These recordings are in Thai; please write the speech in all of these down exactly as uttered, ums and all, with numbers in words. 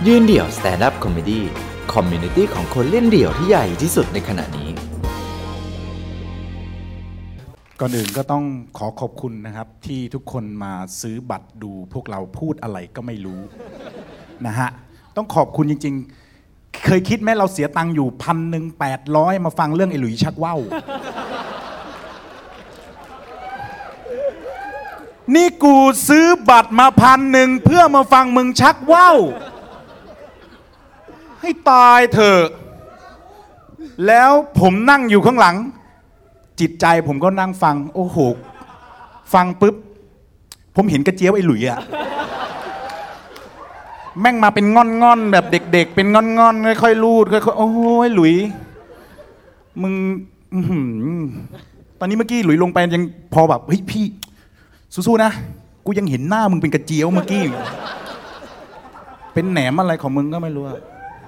ยืนเดี่ยวสแตนด์อัพคอมเมดี้คอมมูนิตี้ของคนเล่นเดี่ยวที่ใหญ่ที่สุดในขณะนี้ก่อนอื่นก็ต้องขอขอบคุณนะครับที่ทุกคนมาซื้อบัตรดูพวกเราพูดอะไรก็ไม่รู้นะฮะต้องขอบคุณจริงๆเคยคิดไหมเราเสียตังค์อยู่พันหนึ่งแปดร้อยมาฟังเรื่องไอ้หลุยชักว่าวนี่กูซื้อบัตรมาพันหนึ่งเพื่อมาฟังมึงชักว่าวให้ตายเถอะแล้วผมนั่งอยู่ข้างหลังจิตใจผมก็นั่งฟังโอ้โหฟังปุ๊บผมเห็นกระเจี๊ยวไอ้หลุยอะแม่งมาเป็นง่อนๆแบบเด็กๆเป็นง่อนๆค่อยๆลูดค่อยๆโอ้ยหลุยมึงตอนนี้เมื่อกี้หลุยลงไปยังพอแบบเฮ้ยพี่สู้ๆนะกูยังเห็นหน้ามึงเป็นกระเจี๊ยวเมื่อกี้เป็นแหนมอะไรของมึงก็ไม่รู้อะ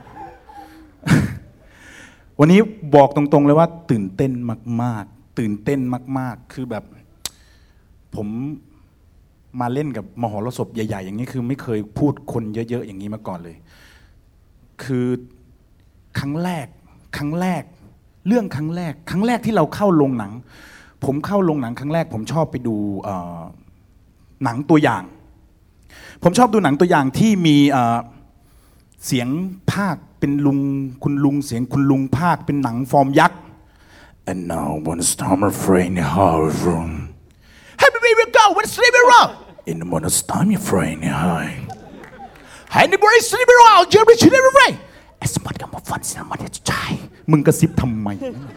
วันนี้บอกตรงๆเลยว่าตื่นเต้นมากๆตื่นเต้นมากๆคือแบบผมมาเล่นกับมหรสพใหญ่ๆอย่างนี้คือไม่เคยพูดคนเยอะๆอย่างนี้มาก่อนเลยคือครั้งแรกครั้งแรกเรื่องครั้งแรกครั้งแรกที่เราเข้าโรงหนังผมเข้าโรงหนังครั้งแรกผมชอบไปดูหนังตัวอย่างผมชอบดูหนังตัวอย่างที่มีเสียงภาคเป็นลุงคุณลุงเสียงคุณลุงภาคเป็นหนังฟอร์มยักษ์ and now one storm of rain in our room happy we will go when sleep around in the morning storm of rain high anybody sleep around you will sleep around as much as my fun so much to try มึงกระซิบทำไม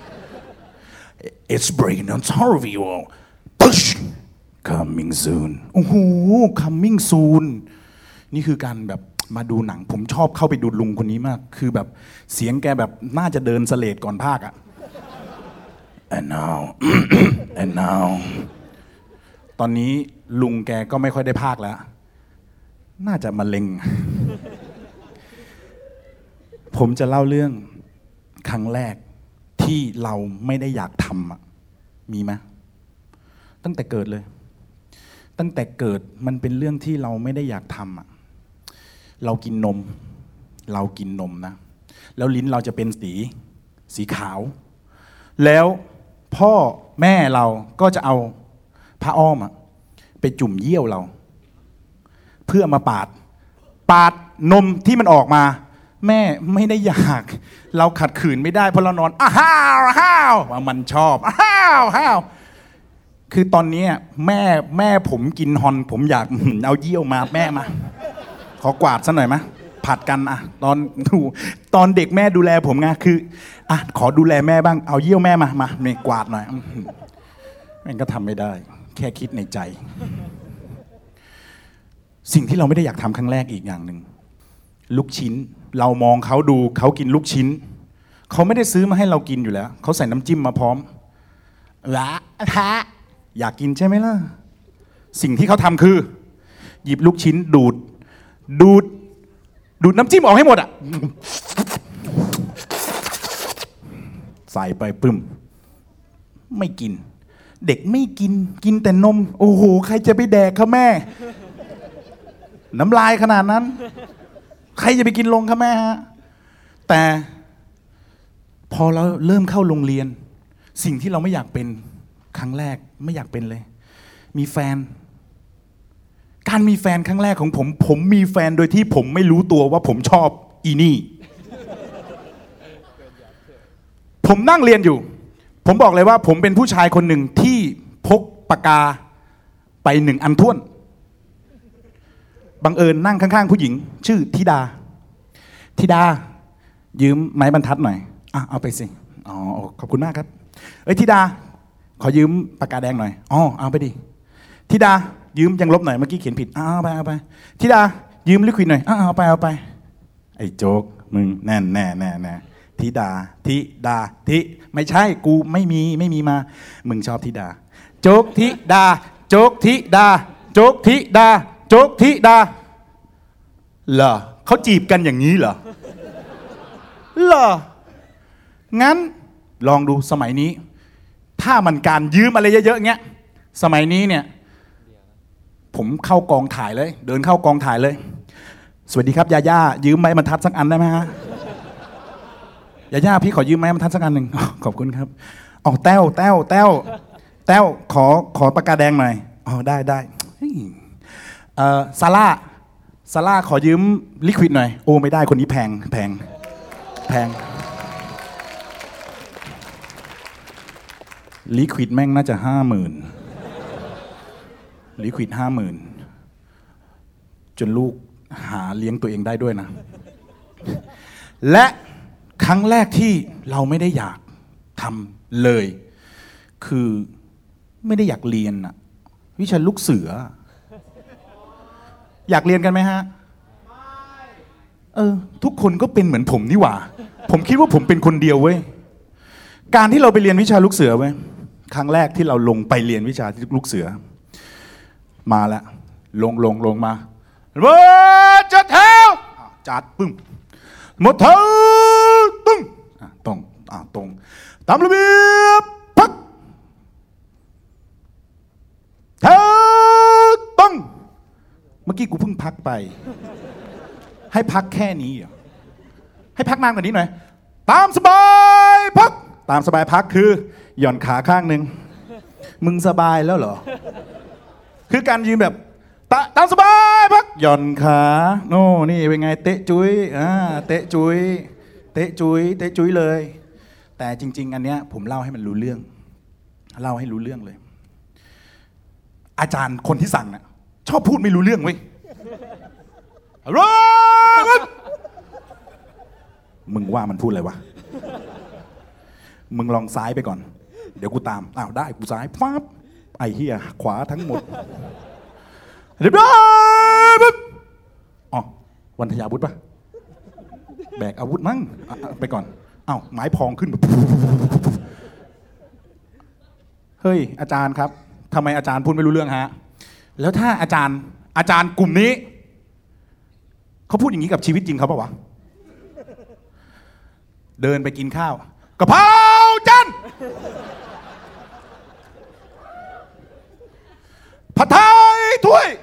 it's breaking on top of you push coming soon โอ้โห coming soon นี่คือการแบบมาดูหนังผมชอบเข้าไปดูลุงคนนี้มากคือแบบเสียงแกแบบน่าจะเดินเสลดก่อนภาคอะ and now and now ตอนนี้ลุงแกก็ไม่ค่อยได้ภาคแล้วน่าจะมะเร็ง ผมจะเล่าเรื่องครั้งแรกที่เราไม่ได้อยากทำอะมีไหมตั้งแต่เกิดเลยตั้งแต่เกิดมันเป็นเรื่องที่เราไม่ได้อยากทำอะเรากินนมเรากินนมนะแล้วลิ้นเราจะเป็นสีสีขาวแล้วพ่อแม่เราก็จะเอาผ้าอ้อมอะไปจุ่มเยี่ยวเราเพื่อมาปาดปาดนมที่มันออกมาแม่ไม่ได้อยากเราขัดขืนไม่ได้เพราะเรานอนอ้าวอ้าวว่ามันชอบอ้าวอ้าวคือตอนนี้แม่แม่ผมกินฮอนผมอยากเอาเยี่ยวมาแม่มาขอกวาดซะหน่อยมะผัดกันอะตอนดูตอนเด็กแม่ดูแลผมไงคืออ่ะขอดูแลแม่บ้างเอาเยี่ยวแม่มามาไม่กวาดหน่อยแม่ก็ทำไม่ได้แค่คิดในใจสิ่งที่เราไม่ได้อยากทำครั้งแรกอีกอย่างหนึ่งลูกชิ้นเรามองเขาดูเขากินลูกชิ้นเขาไม่ได้ซื้อมาให้เรากินอยู่แล้วเขาใส่น้ำจิ้มมาพร้อมละฮะอยากกินใช่ไหมล่ะสิ่งที่เขาทำคือหยิบลูกชิ้นดูดดูดดูดน้ำจิ้มออกให้หมดอ่ะใส่ไปปึ้มไม่กินเด็กไม่กินกินแต่นมโอ้โหใครจะไปแดกครับแม่น้ำลายขนาดนั้นใครจะไปกินลงครับแม่ฮะแต่พอเราเริ่มเข้าโรงเรียนสิ่งที่เราไม่อยากเป็นครั้งแรกไม่อยากเป็นเลยมีแฟนการมีแฟนครั้งแรกของผมผมมีแฟนโดยที่ผมไม่รู้ตัวว่าผมชอบอีนี่ ผมนั่งเรียนอยู่ผมบอกเลยว่าผมเป็นผู้ชายคนหนึ่งที่พกปากกาไปหนึ่งอันท้วนบังเอิญนั่งข้างๆผู้หญิงชื่อธิดาธิดายืมไม้บรรทัดหน่อยอ่ะเอาไปสิอ๋อขอบคุณมากครับเอ้ยธิดาขอยืมปากกาแดงหน่อยอ๋อเอาไปดิธิดายืมยังลบหน่อยเมื่อกี้เขียนผิดเอาไปเอาไปธิดายืมลิควิดหน่อยเอาไปเอาไปไอ้โจ๊กมึงแน่แน่แน่แน่ธิดาธิดาธิไม่ใช่กูไม่มีไม่มีมามึงชอบธิดาโจ๊กธิดาโจ๊กธิดาโจ๊กธิดาโจ๊กธิดาเหรอเขาจีบกันอย่างนี้เหรอเหรองั้นลองดูสมัยนี้ถ้ามันการยืมอะไรเยอะๆเงี้ยสมัยนี้เนี่ยผมเข้ากองถ่ายเลยเดินเข้ากองถ่ายเลยสวัสดีครับยาย่ายืมไม้บรรทัดสักอันได้ไหมฮะยาย่าพี่ขอยืมไม้บรรทัดสักอันหนึ่งขอบคุณครับอ๋อแต้วแต้วแต้วแต้วขอขอปากกาแดงหน่อยอ๋อได้ได้เอ่อซาร่าซาร่าขอยืมลิควิดหน่อยโอ้ไม่ได้คนนี้แพงแพงแพงลิควิดแม่งน่าจะห้าหมื่นลิควิดห้าหมื่นจนลูกหาเลี้ยงตัวเองได้ด้วยนะและครั้งแรกที่เราไม่ได้อยากทำเลยคือไม่ได้อยากเรียนอะวิชาลูกเสืออยากเรียนกันไหมฮะเออทุกคนก็เป็นเหมือนผมนี่หว่าผมคิดว่าผมเป็นคนเดียวเว้ยการที่เราไปเรียนวิชาลูกเสือเว้ยครั้งแรกที่เราลงไปเรียนวิชาลูกเสือมาแล้วลงลงลงมาหมดจัดแถวจัดปึ้งหมดแถวตึ้งตรงอ่าตรงตามระเบียบพักแถวตึ้งเมื่อกี้กูเพิ่งพักไปให้พักแค่นี้เหรอให้พักนานกว่านี้หน่อยตามสบายพักตามสบายพักคือหย่อนขาข้างหนึ่งมึงสบายแล้วเหรอคือการยืนแบบตตามสบายพักหย่อนขาโน่นี่เป็นไงเตะจุ้ยอ่าเตะจุ้ยเตะจุ้ยเตะจุ้ยเลยแต่จริงๆอันเนี้ยผมเล่าให้มันรู้เรื่องเล่าให้รู้เรื่องเลยอาจารย์คนที่สั่งน่ะชอบพูดไม่รู้เรื่องเว้ยมึงว่ามันพูดอะไรวะมึงลองซ้ายไปก่อนเดี๋ยวกูตามอ้าวได้กูซ้ายฟับไอ้เหี้ยขวาทั้งหมดเรียบร้อยปุ๊บอ๋อวันทยาวุธปะแบกอาวุธมั้งไปก่อนอ้าวไม้พองขึ้นแบบเฮ้ยอาจารย์ครับทำไมอาจารย์พูดไม่รู้เรื่องฮะแล้วถ้าอาจารย์อาจารย์กลุ่มนี้เขาพูดอย่างนี้กับชีวิตจริงเขาปะวะเดินไปกินข้าวกะเพราจันผัดไทยถ้วย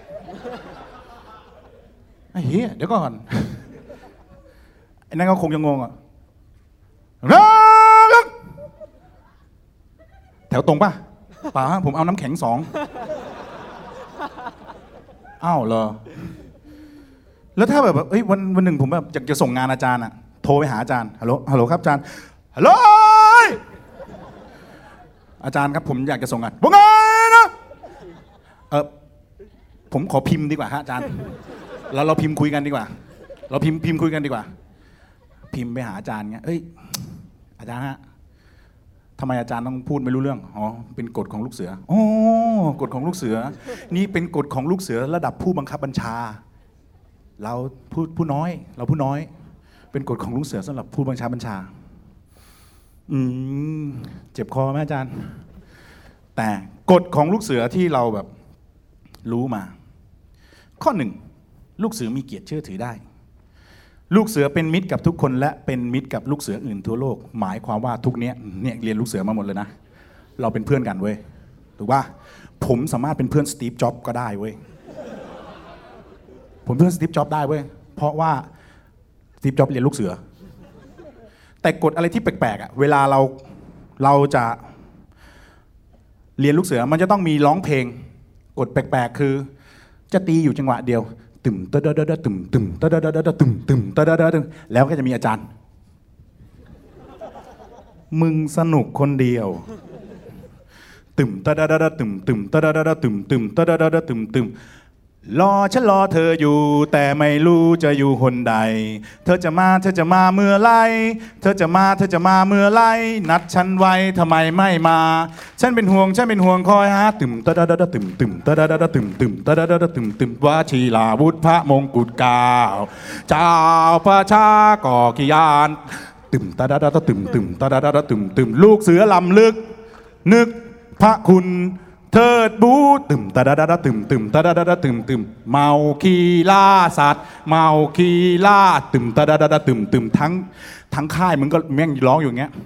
ไอ้เหี้ยเดี๋ยวก่อนไอ้นั่นก็คงจะงงอ่ะแถวตรงป่ะป่าผมเอาน้ำแข็งสองอ้าวเหรอแล้วถ้าแบบเอ้ยวันวันหนึ่งผมแบบอยากจะส่งงานอาจารย์อะโทรไปหาอาจารย์ฮัลโหลฮัลโหลครับอาจารย์ฮัลโหลอาจารย์ครับผมอยากจะส่งงานว่าไงนะเออผมขอพิมพ์ดีกว่าฮะอาจารย์เราเราพิมพ์คุยกันดีกว่าเราพิมพ์พิมพ์คุยกันดีกว่าพิมพ์ไปหาอาจารย์เงี้ยเอ้ยอาจารย์ฮะทำไมอาจารย์ต้องพูดไม่รู้เรื่องอ๋อเป็นกฎของลูกเสืออ๋อกฎของลูกเสือนี่เป็นกฎของลูกเสือระดับผู้บังคับบัญชาเราผู้ผู้น้อยเราผู้น้อยเป็นกฎของลูกเสือสำหรับผู้บังคับบัญชาอืมเจ็บคอไหมอาจารย์แต่กฎของลูกเสือที่เราแบบรู้มาข้อหนึ่งลูกเสือมีเกียรติเชื่อถือได้ลูกเสือเป็นมิตรกับทุกคนและเป็นมิตรกับลูกเสืออื่นทั่วโลกหมายความว่าทุกเนี้ยเนี่ยเรียนลูกเสือมาหมดเลยนะเราเป็นเพื่อนกันเว้ยถูกป่ะผมสามารถเป็นเพื่อนสตีฟจ็อบส์ก็ได้เว้ยผมเพื่อนสตีฟจ็อบส์ได้เว้ยเพราะว่าสตีฟจ็อบส์เรียนลูกเสือแต่กฎอะไรที่แปลกๆอ่ะเวลาเราเราจะเรียนลูกเสือมันจะต้องมีร้องเพลงกฎแปลกๆคือจะตีอยู่จังหวะเดียวตึมตะดะดะดะตึมตึมตะดะดะดะตึมตึมตะดะดะตึมแล้วก็จะมีอาจารย์มึงสนุกคนเดียวตึมตะดะดะดะตึมตึมตะดะดะดะตึมตึมตะดะดะดะตึมตึมรอฉันรอเธออยู่แต่ไม่รู้จะอยู่หนใดเธอจะมาเธอจะมาเมื่อไรเธอจะมาเธอจะมาเมื่อไรนัดฉันไว้ทำไมไม่มาฉันเป็นห่วงฉันเป็นห่วงคอยหาตึมตะดะดะดะตึมตึมตะดะดะดะตึมตึมตะดะดะดะตึมตึมวชิราวุธพระมงกุฎเกล้าเจ้าพระชาก่อกิยานตึมตะดะดะดะตึมตึมตะดะดะดะตึมตึมลูกเสือลำลึกนึกพระคุณเทิดบูตึมตะดะดะดะตึมตึมตะดะดะดะตึมตึมเมาคีล่าสัตว์เมาคีล่าตึมตะดะดะดะตึมตึมทั้งทั้งค่ายมึงก็แม่งร้องอยู่อย่างเงี้ย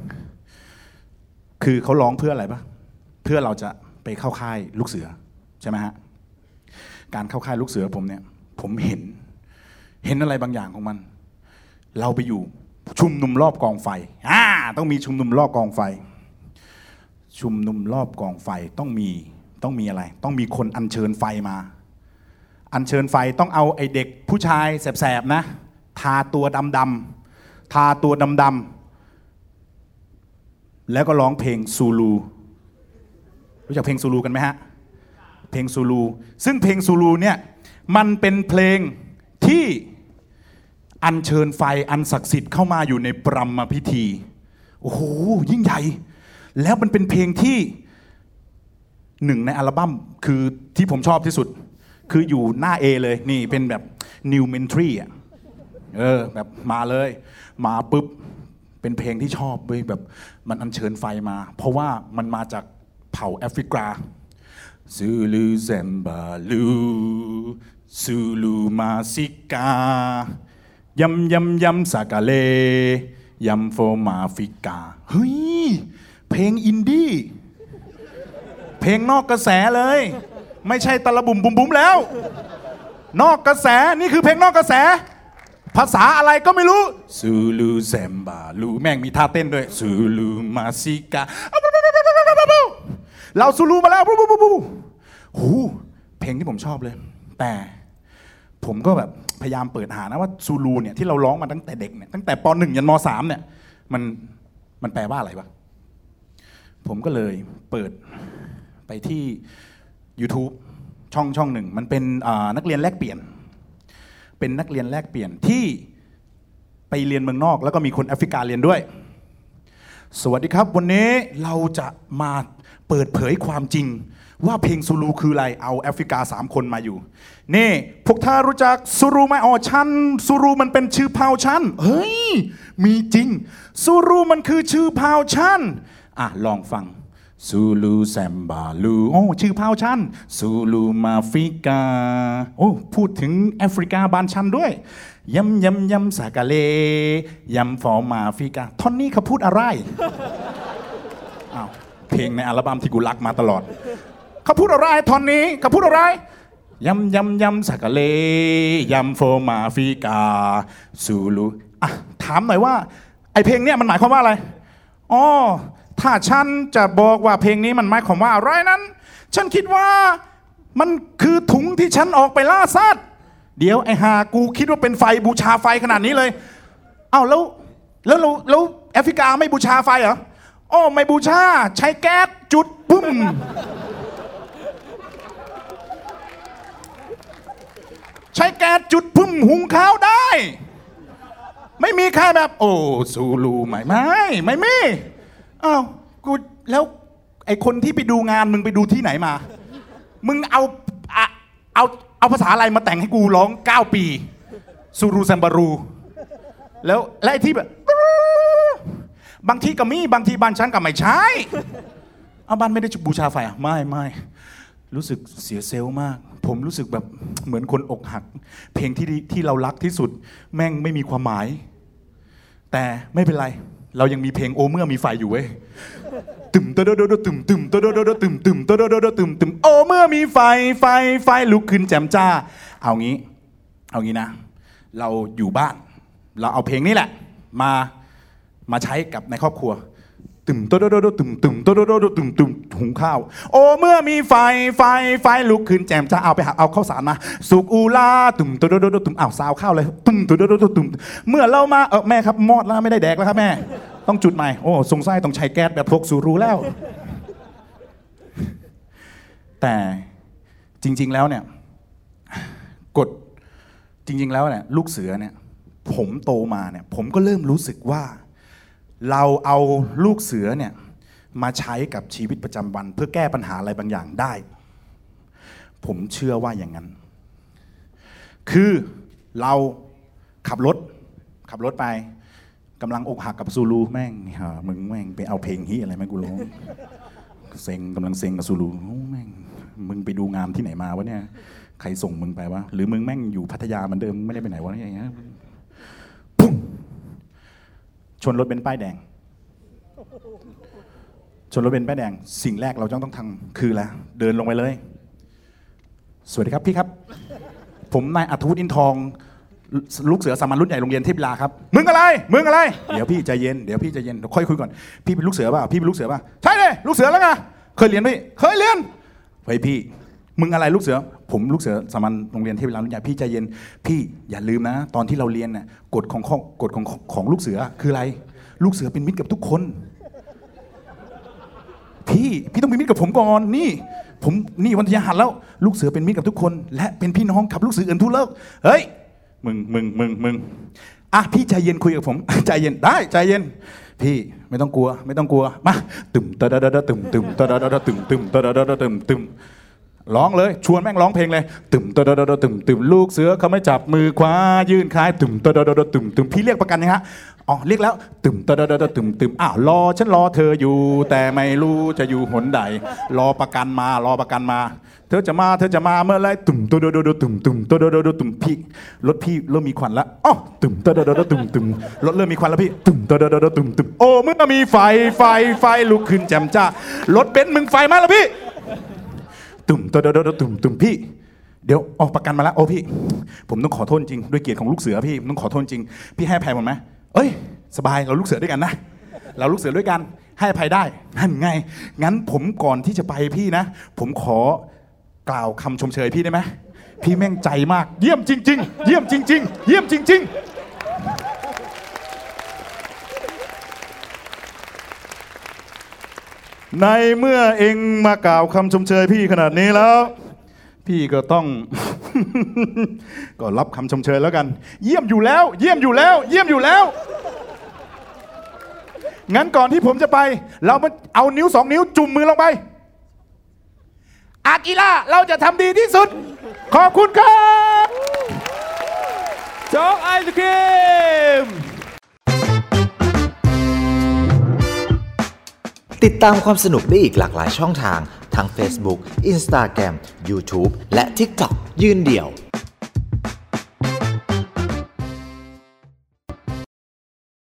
คือเขาร้องเพื่ออะไรปะเพื่อเราจะไปเข้าค่ายลูกเสือใช่ไหมฮะการเข้าค่ายลูกเสือผมเนี่ยผมเห็นเห็นอะไรบางอย่างของมันเราไปอยู่ชุมนุมรอบกองไฟอ่าต้องมีชุมนุมรอบกองไฟชุมนุมรอบกองไฟต้องมีต้องมีอะไรต้องมีคนอัญเชิญไฟมาอัญเชิญไฟต้องเอาไอเด็กผู้ชายแสบๆนะทาตัวดำๆทาตัวดำๆแล้วก็ร้องเพลงซูลูรู้จักเพลงซูลูกันไหมฮะเพลงซูลูซึ่งเพลงซูลูเนี่ยมันเป็นเพลงที่อัญเชิญไฟอันศักดิ์สิทธิ์เข้ามาอยู่ในปรมพิธีโอ้โหยิ่งใหญ่แล้วมันเป็นเพลงที่หนึ่งในอัลบั้มคือที่ผมชอบที่สุดคืออยู่หน้า A เลยนี่เป็นแบบ New Mentry อ่ะเออแบบมาเลยมาปุ๊บเป็นเพลงที่ชอบเว้ยแบบมันอัญเชิญไฟมาเพราะว่ามันมาจากเผ่าแอฟริกาซูลูเซมบาลูซูลูมาซิกายำยำยำสากาเลยำโฟมาฟิกาเฮ้ยเพลงอินดี้เพลงนอกกระแสเลยไม่ใช่ตะละบุ่มบุ่มบุ่มแล้วนอกกระแสนี่คือเพลงนอกกระแสภาษาอะไรก็ไม่รู้ซูลูแซมบาลูแม่งมีท่าเต้นด้วยซูลูมาซิกาเราซูลูมาแล้วปุ๊บปุ๊บปุ๊บหูเพลงที่ผมชอบเลยแต่ผมก็แบบพยายามเปิดหานะว่าซูลูเนี่ยที่เราร้องมาตั้งแต่เด็กเนี่ยตั้งแต่ป.หนึ่ง ยันม.สาม เนี่ยมันมันแปลว่าอะไรวะผมก็เลยเปิดไปที่ YouTube ช่องช่องหนึ่งมันเป็นนักเรียนแลกเปลี่ยนเป็นนักเรียนแลกเปลี่ยนที่ไปเรียนเมืองนอกแล้วก็มีคนแอฟริกาเรียนด้วยสวัสดีครับวันนี้เราจะมาเปิดเผยความจริงว่าเพลงซูลูคืออะไรเอาแอฟริกาสามคนมาอยู่นี่พวกท่านรู้จักซูลูไหมอ๋อฉันซูลูมันเป็นชื่อเผ่าฉันเฮ้ยมีจริงซูลูมันคือชื่อเผ่าฉันอ่ะลองฟังซูลูแซมบาลูโอ้ชื่อเผ่าฉันซูลูมาฟิกาโอ้พูดถึงแอฟริกาบ้านฉันด้วยยำยำยำสากาเลยำฟอมาฟิกาท่อนนี้เขาพูดอะไรอ้าวเพลงในอัลบั้มที่กูรักมาตลอดเขาพูดอะไรท่อนนี้เขาพูดอะไรยำยำยำสากาเลยำโฟมาฟิกาซูลูอ่ะถามหน่อยว่าไอเพลงเนี้ยมันหมายความว่าอะไรอ๋อถ้าฉันจะบอกว่าเพลงนี้มันหมายความว่าอะไรนั้นฉันคิดว่ามันคือถุงที่ฉันออกไปล่าสัตว์เดี๋ยวไอ้หากูคิดว่าเป็นไฟบูชาไฟขนาดนี้เลยเอ้าแล้วแล้วแล้วแอฟริกาไม่บูชาไฟเหรออ๋อไม่บูชาใช้แก๊สจุดปุ้มใช้แก๊สจุดพุ่มหุงข้าวได้ไม่มีใครแบบโอ้ซูลูไหมไม่ไม่มีอ้าวกูแล้วไอคนที่ไปดูงานมึงไปดูที่ไหนมามึงเอาเอาเอาภาษาอะไรมาแต่งให้กูร้องเก้าปีซูรูแซมบารูแล้วและไอที่แบบบางที่ก็มีบางที่บ้านฉันก็ไม่ใช่เอาบ้านไม่ได้บูชาไฟอ่ะไม่ไม่รู้สึกเสียเซลล์มากผมรู้สึกแบบเหมือนคนอกหักเพลงที่ที่เรารักที่สุดแม่งไม่มีความหมายแต่ไม่เป็นไรเรายังมีเพลงโอเมื่อมีไฟอยู่เว้ยตึมตะโดโดโดตึมตึมตะโดโดโดตึมตึมตะโดโดโดตึมตึมโอเมื่อมีไฟไฟไฟลุกขึ้นแจ่มจ้าเอางี้เอางี้นะเราอยู่บ้านเราเอาเพลงนี้แหละมามาใช้กับในครอบครัวตึมโตโดโดโดตึมตึมโตโดโดโดตึมตึมหุงข้าวโอ้เมื่อมีไฟไฟไฟลุกขึ้นแจ่มจ้าเอาไปหาเอาข้าวสารมาสุกอูลาตึมโตโดโดโดตึมอ้าวซาวข้าวเลยตึมโตโดโดโดตึมเมื่อเรามาเออแม่ครับมอดแล้วไม่ได้แดกแล้วครับแม่ต้องจุดใหม่โอ้สงสัยต้องใช้แก๊สแบบพวกซูรูแล้วแต่จริงๆแล้วเนี่ยกฎจริงๆแล้วเนี่ยลูกเสือเนี่ยผมโตมาเนี่ยผมก็เริ่มรู้สึกว่าเราเอาลูกเสือเนี่ยมาใช้กับชีวิตประจำวันเพื่อแก้ปัญหาอะไรบางอย่างได้ผมเชื่อว่าอย่างนั้นคือเราขับรถขับรถไปกำลังอกหักกับซูลูแม่งนี่ฮะมึงแม่งไปเอาเพลงฮีอะไรแม่งกูร้องเซ็งกำลังเซ็งกับซูลูแม่งมึงไปดูงานที่ไหนมาวะเนี่ยใครส่งมึงไปวะหรือมึงแม่งอยู่พัทยาเหมือนเดิมไม่ได้ไปไหนวะอะไรอย่างเงี้ยปุ๊บชนรถเบนซ์ป้ายแดงชนรถเบนซ์ป้ายแดงสิ่งแรกเราต้องต้องทำคืออะไรเดินลงไปเลยสวัสดีครับพี่ครับผมนายอัธวุฒิอินทองลูกเสือสามัญรุ่นใหญ่โรงเรียนเทพลีลาครับมึงอะไรมึงอะไรเดี๋ยวพี่ใจเย็นเดี๋ยวพี่ใจเย็นเดี๋ยวค่อยคุยก่อนพี่เป็นลูกเสือป่ะพี่เป็นลูกเสือป่ะใช่เลยลูกเสือแล้วไงเคยเรียนไหมเคยเรียนเฮ้ยพี่มึงอะไรลูกเสือผมลูกเสือสามัญโรงเรียนเทพลีลารุ่นใหญ่พี่ใจเย็นพี่อย่าลืมนะตอนที่เราเรียนน่ะกฎของกฎของของลูกเสือคืออะไรลูกเสือเป็นมิตรกับทุกคนพี่พี่ต้องเป็นมิตรกับผมก่อนนี่ผมนี่วันที่หันแล้วลูกเสือเป็นมิตรกับทุกคนและเป็นพี่น้องกับลูกเสืออื่นทุกเลิกเฮ้ยมึงมึงมึงมึงอ่ะพี่ใจเย็นคุยกับผมใจเย็นได้ใจเย็นพี่ไม่ต้องกลัวไม่ต้องกลัวมาตึมตะดะดะตึมตึมตะดะดะตึมตึมตะดะดะตึมตึมร้องเลยชวนแม่งร้องเพลงเลยตึมตะดะดะตึมตึมลูกเสือเขาไม่จับมือคว้ายื่นคายตึมตะดะดะตึมตึมพี่เรียกประกันยังฮะอ๋อเรียกแล้วตึมตะดะดะตึมตึมอ้าวรอฉันรอเธออยู่แต่ไม่รู้จะอยู่หนใดรอประกันมารอประกันมาเธอจะมาเธอจะมาเมื่อไรตึมตะดะดะตึมตึมตะดะดะตึมพี่รถพี่เริ่มมีควันแล้วอ๋อตึมตะดะดะตึมตึมรถเริ่มมีควันแล้วพี่ตึมตะดะดะตึมตึมโอ้เมื่อมีไฟไฟไฟลุกขึ้นแจ่มจ้ารถเบนซ์มึงไฟมาแล้วพี่ตุ่มตะดะตุ่มตุ่มพี่เดี๋ยวออกประกันมาแล้วโอ้พี่ผมต้องขอโทษจริงด้วยเกียรติของลูกเสือพี่ต้องขอโทษจริงพี่ให้อภัยผมไหมเอ้ยสบายเราลูกเสือด้วยกันนะเราลูกเสือด้วยกันให้อภัยได้นั่นไงงั้นผมก่อนที่จะไปพี่นะผมขอกล่าวคำชมเชยพี่ได้ไหมพี่แม่งใจมากเยี่ยมจริงๆเยี่ยมจริงๆเยี่ยมจริงๆในเมื่อเองมากล่าวคำชมเชยพี่ขนาดนี้แล้วพี่ก็ต้อง ก็รับคำชมเชยแล้วกันเยี่ยมอยู่แล้วเยี่ยมอยู่แล้วเยี่ยมอยู่แล้วงั้นก่อนที่ผมจะไปเรามาเอานิ้วสองนิ้วจุ่มมือลงไปอากิระเราจะทำดีที่สุดขอบคุณครับโจ๊กไอศกรีมติดตามความสนุกได้อีกหลากหลายช่องทางทั้ง Facebook Instagram YouTube และ TikTok ยืนเดี่ยว